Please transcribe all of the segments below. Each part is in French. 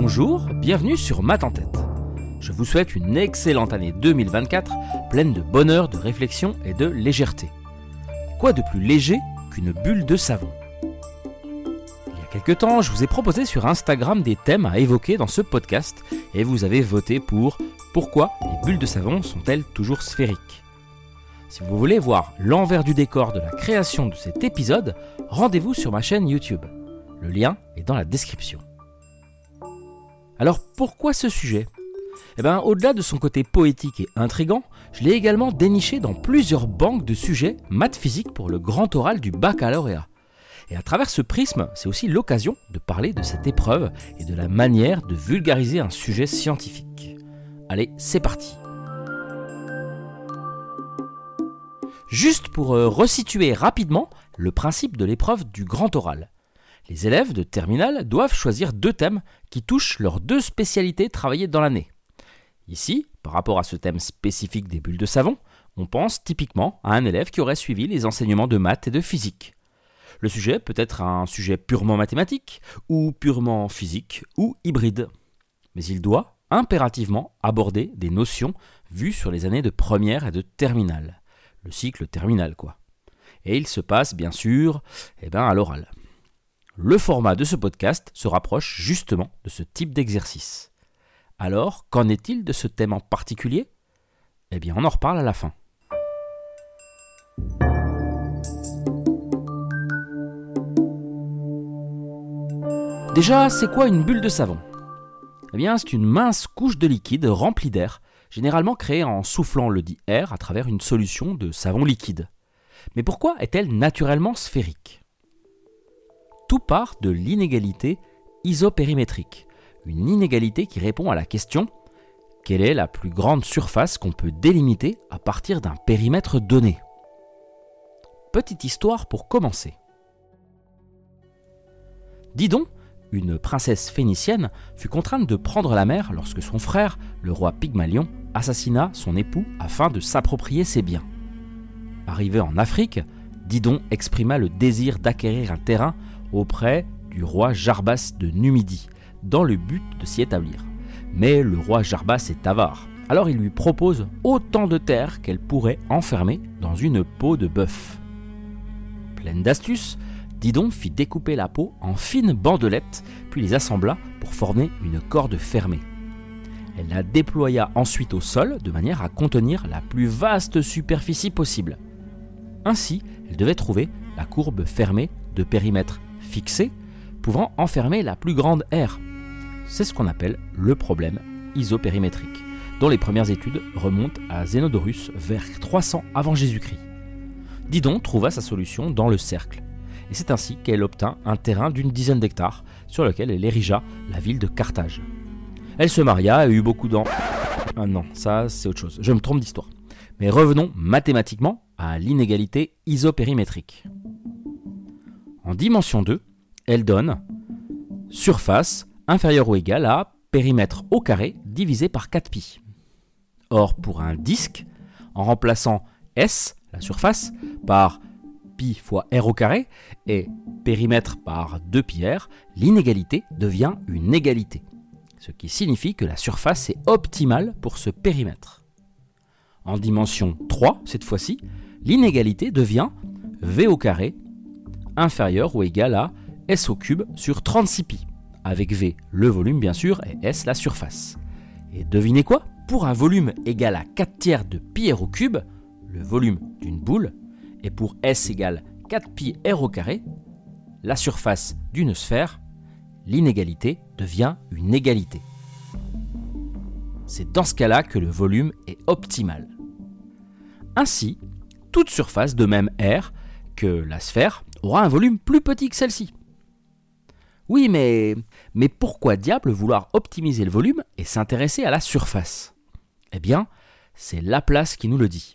Bonjour, bienvenue sur Maths en tête. Je vous souhaite une excellente année 2024, pleine de bonheur, de réflexion et de légèreté. Quoi de plus léger qu'une bulle de savon ? Il y a quelques temps, je vous ai proposé sur Instagram des thèmes à évoquer dans ce podcast et vous avez voté pour « Pourquoi les bulles de savon sont-elles toujours sphériques ?» Si vous voulez voir l'envers du décor de la création de cet épisode, rendez-vous sur ma chaîne YouTube. Le lien est dans la description. Alors pourquoi ce sujet ? Au-delà de son côté poétique et intrigant, je l'ai également déniché dans plusieurs banques de sujets maths physique pour le grand oral du baccalauréat. Et à travers ce prisme, c'est aussi l'occasion de parler de cette épreuve et de la manière de vulgariser un sujet scientifique. Allez, c'est parti. Juste pour resituer rapidement le principe de l'épreuve du grand oral. Les élèves de terminale doivent choisir 2 thèmes qui touchent leurs 2 spécialités travaillées dans l'année. Ici, par rapport à ce thème spécifique des bulles de savon, on pense typiquement à un élève qui aurait suivi les enseignements de maths et de physique. Le sujet peut être un sujet purement mathématique, ou purement physique, ou hybride. Mais il doit impérativement aborder des notions vues sur les années de première et de terminale. Le cycle terminal, quoi. Et il se passe, bien sûr, à l'oral. Le format de ce podcast se rapproche justement de ce type d'exercice. Alors, qu'en est-il de ce thème en particulier ? On en reparle à la fin. Déjà, c'est quoi une bulle de savon ? C'est une mince couche de liquide remplie d'air, généralement créée en soufflant le dit air à travers une solution de savon liquide. Mais pourquoi est-elle naturellement sphérique ? Tout part de l'inégalité isopérimétrique, une inégalité qui répond à la question « Quelle est la plus grande surface qu'on peut délimiter à partir d'un périmètre donné ?» Petite histoire pour commencer. Didon, une princesse phénicienne, fut contrainte de prendre la mer lorsque son frère, le roi Pygmalion, assassina son époux afin de s'approprier ses biens. Arrivé en Afrique, Didon exprima le désir d'acquérir un terrain auprès du roi Jarbas de Numidie, dans le but de s'y établir. Mais le roi Jarbas est avare, alors il lui propose autant de terre qu'elle pourrait enfermer dans une peau de bœuf. Pleine d'astuce, Didon fit découper la peau en fines bandelettes, puis les assembla pour former une corde fermée. Elle la déploya ensuite au sol de manière à contenir la plus vaste superficie possible. Ainsi, elle devait trouver la courbe fermée de périmètre fixé, pouvant enfermer la plus grande aire. C'est ce qu'on appelle le problème isopérimétrique, dont les premières études remontent à Zénodorus vers 300 avant Jésus-Christ. Didon trouva sa solution dans le cercle, et c'est ainsi qu'elle obtint un terrain d'une dizaine d'hectares, sur lequel elle érigea la ville de Carthage. Elle se maria et eut beaucoup d'enfants. Ah non, ça c'est autre chose, je me trompe d'histoire. Mais revenons mathématiquement à l'inégalité isopérimétrique. En dimension 2, elle donne surface inférieure ou égale à périmètre au carré divisé par 4pi. Or, pour un disque, en remplaçant S, la surface, par pi fois r au carré et périmètre par 2πr, l'inégalité devient une égalité, ce qui signifie que la surface est optimale pour ce périmètre. En dimension 3, cette fois-ci, l'inégalité devient v au carré inférieur ou égal à s au cube sur 36pi, avec v le volume bien sûr et s la surface. Et devinez quoi ? Pour un volume égal à 4/3 de pi r au cube, le volume d'une boule, et pour s égale 4pi r au carré, la surface d'une sphère, l'inégalité devient une égalité. C'est dans ce cas-là que le volume est optimal. Ainsi, toute surface de même r que la sphère aura un volume plus petit que celle-ci. Oui, mais pourquoi diable vouloir optimiser le volume et s'intéresser à la surface ? C'est Laplace qui nous le dit.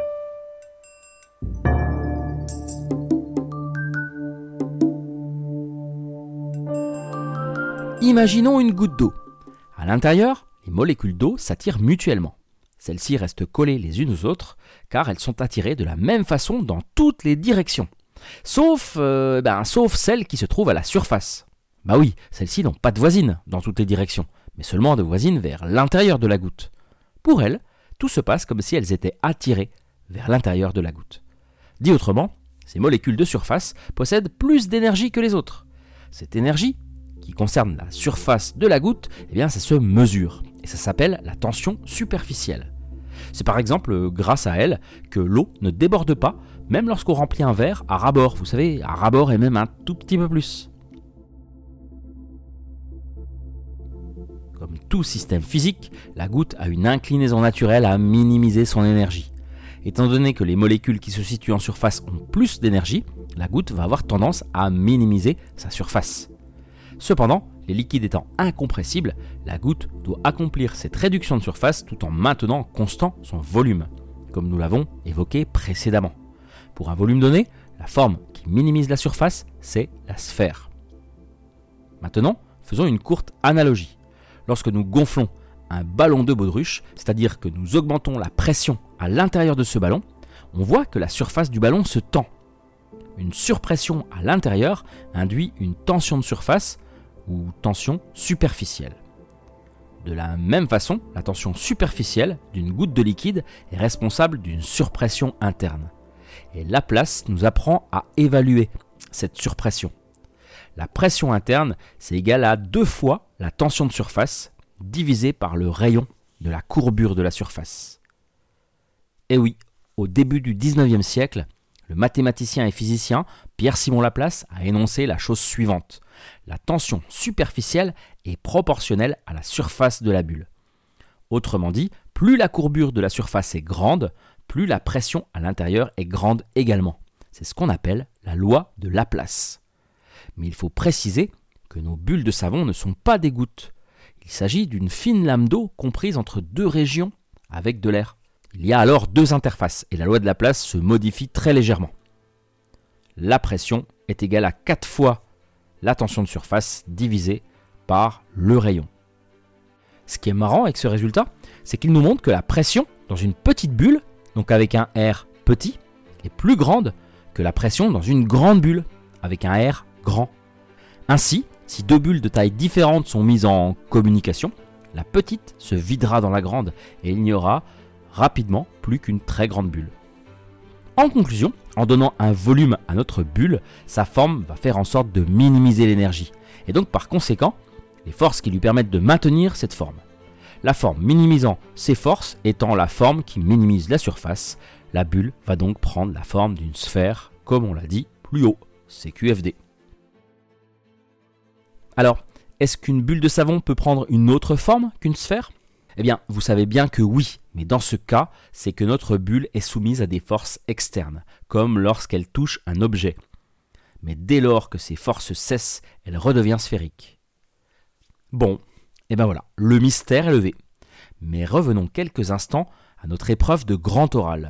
Imaginons une goutte d'eau. À l'intérieur, les molécules d'eau s'attirent mutuellement. Celles-ci restent collées les unes aux autres car elles sont attirées de la même façon dans toutes les directions. Sauf celle qui se trouve à la surface. Bah oui, celles-ci n'ont pas de voisines dans toutes les directions, mais seulement de voisines vers l'intérieur de la goutte. Pour elles, tout se passe comme si elles étaient attirées vers l'intérieur de la goutte. Dit autrement, ces molécules de surface possèdent plus d'énergie que les autres. Cette énergie, qui concerne la surface de la goutte, ça se mesure, et ça s'appelle la tension superficielle. C'est par exemple grâce à elle que l'eau ne déborde pas, même lorsqu'on remplit un verre à ras-bord. Vous savez, à ras-bord et même un tout petit peu plus. Comme tout système physique, la goutte a une inclinaison naturelle à minimiser son énergie. Étant donné que les molécules qui se situent en surface ont plus d'énergie, la goutte va avoir tendance à minimiser sa surface. Cependant, les liquides étant incompressibles, la goutte doit accomplir cette réduction de surface tout en maintenant constant son volume, comme nous l'avons évoqué précédemment. Pour un volume donné, la forme qui minimise la surface, c'est la sphère. Maintenant, faisons une courte analogie. Lorsque nous gonflons un ballon de baudruche, c'est-à-dire que nous augmentons la pression à l'intérieur de ce ballon, on voit que la surface du ballon se tend. Une surpression à l'intérieur induit une tension de surface ou tension superficielle. De la même façon, la tension superficielle d'une goutte de liquide est responsable d'une surpression interne. Et Laplace nous apprend à évaluer cette surpression. La pression interne, c'est égal à 2 fois la tension de surface divisée par le rayon de la courbure de la surface. Et oui, au début du 19e siècle, le mathématicien et physicien Pierre-Simon Laplace a énoncé la chose suivante. La tension superficielle est proportionnelle à la surface de la bulle. Autrement dit, plus la courbure de la surface est grande, plus la pression à l'intérieur est grande également. C'est ce qu'on appelle la loi de Laplace. Mais il faut préciser que nos bulles de savon ne sont pas des gouttes. Il s'agit d'une fine lame d'eau comprise entre 2 régions avec de l'air. Il y a alors 2 interfaces et la loi de Laplace se modifie très légèrement. La pression est égale à 4 fois la tension de surface divisée par le rayon. Ce qui est marrant avec ce résultat, c'est qu'il nous montre que la pression dans une petite bulle, donc avec un R petit, est plus grande que la pression dans une grande bulle, avec un R grand. Ainsi, si 2 bulles de taille différente sont mises en communication, la petite se videra dans la grande et il n'y aura rapidement plus qu'une très grande bulle. En conclusion, en donnant un volume à notre bulle, sa forme va faire en sorte de minimiser l'énergie, et donc par conséquent, les forces qui lui permettent de maintenir cette forme. La forme minimisant ces forces étant la forme qui minimise la surface, la bulle va donc prendre la forme d'une sphère, comme on l'a dit plus haut, CQFD. Alors, est-ce qu'une bulle de savon peut prendre une autre forme qu'une sphère ? Eh bien, vous savez bien que oui, mais dans ce cas, c'est que notre bulle est soumise à des forces externes, comme lorsqu'elle touche un objet. Mais dès lors que ces forces cessent, elle redevient sphérique. Bon, et ben voilà, le mystère est levé. Mais revenons quelques instants à notre épreuve de grand oral.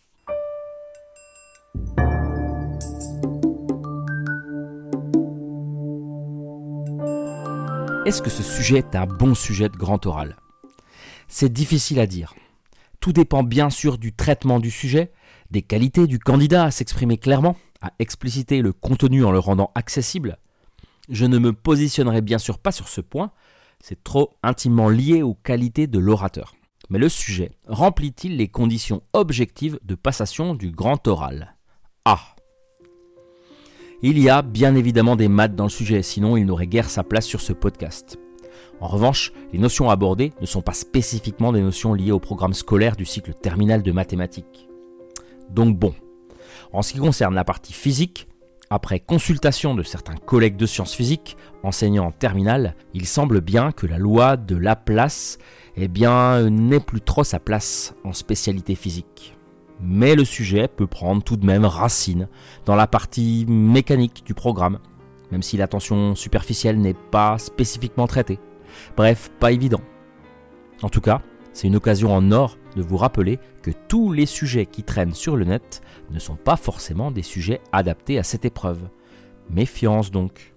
Est-ce que ce sujet est un bon sujet de grand oral ? C'est difficile à dire. Tout dépend bien sûr du traitement du sujet, des qualités du candidat à s'exprimer clairement, à expliciter le contenu en le rendant accessible. Je ne me positionnerai bien sûr pas sur ce point, c'est trop intimement lié aux qualités de l'orateur. Mais le sujet remplit-il les conditions objectives de passation du grand oral ? Ah ! Il y a bien évidemment des maths dans le sujet, sinon il n'aurait guère sa place sur ce podcast. En revanche, les notions abordées ne sont pas spécifiquement des notions liées au programme scolaire du cycle terminal de mathématiques. Donc bon, en ce qui concerne la partie physique, après consultation de certains collègues de sciences physiques enseignant en terminale, il semble bien que la loi de Laplace n'ait plus trop sa place en spécialité physique. Mais le sujet peut prendre tout de même racine dans la partie mécanique du programme, même si la tension superficielle n'est pas spécifiquement traitée. Bref, pas évident. En tout cas, c'est une occasion en or de vous rappeler que tous les sujets qui traînent sur le net ne sont pas forcément des sujets adaptés à cette épreuve. Méfiance donc.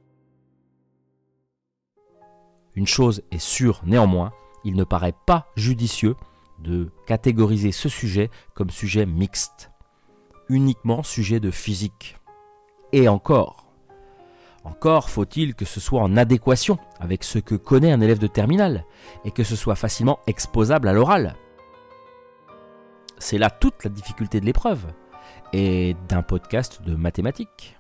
Une chose est sûre néanmoins, il ne paraît pas judicieux de catégoriser ce sujet comme sujet mixte, uniquement sujet de physique. Et encore. Encore faut-il que ce soit en adéquation avec ce que connaît un élève de terminale et que ce soit facilement exposable à l'oral. C'est là toute la difficulté de l'épreuve et d'un podcast de mathématiques.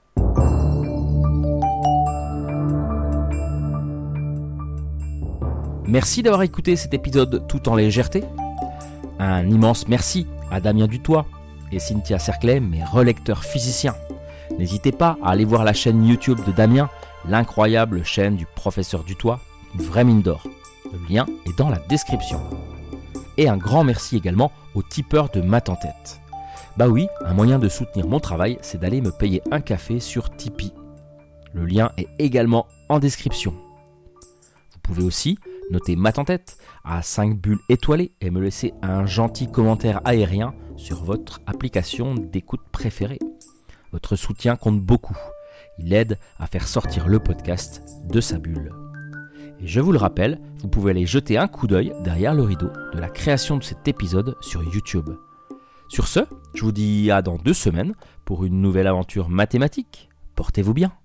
Merci d'avoir écouté cet épisode tout en légèreté. Un immense merci à Damien Dutoit et Cynthia Cerclet, mes relecteurs physiciens. N'hésitez pas à aller voir la chaîne YouTube de Damien, l'incroyable chaîne du professeur Dutoit, une vraie mine d'or. Le lien est dans la description. Et un grand merci également aux tipeurs de Maths en tête. Bah oui, un moyen de soutenir mon travail, c'est d'aller me payer un café sur Tipeee. Le lien est également en description. Vous pouvez aussi noter Maths en tête à 5 bulles étoilées et me laisser un gentil commentaire aérien sur votre application d'écoute préférée. Votre soutien compte beaucoup. Il aide à faire sortir le podcast de sa bulle. Et je vous le rappelle, vous pouvez aller jeter un coup d'œil derrière le rideau de la création de cet épisode sur YouTube. Sur ce, je vous dis à dans 2 semaines pour une nouvelle aventure mathématique. Portez-vous bien.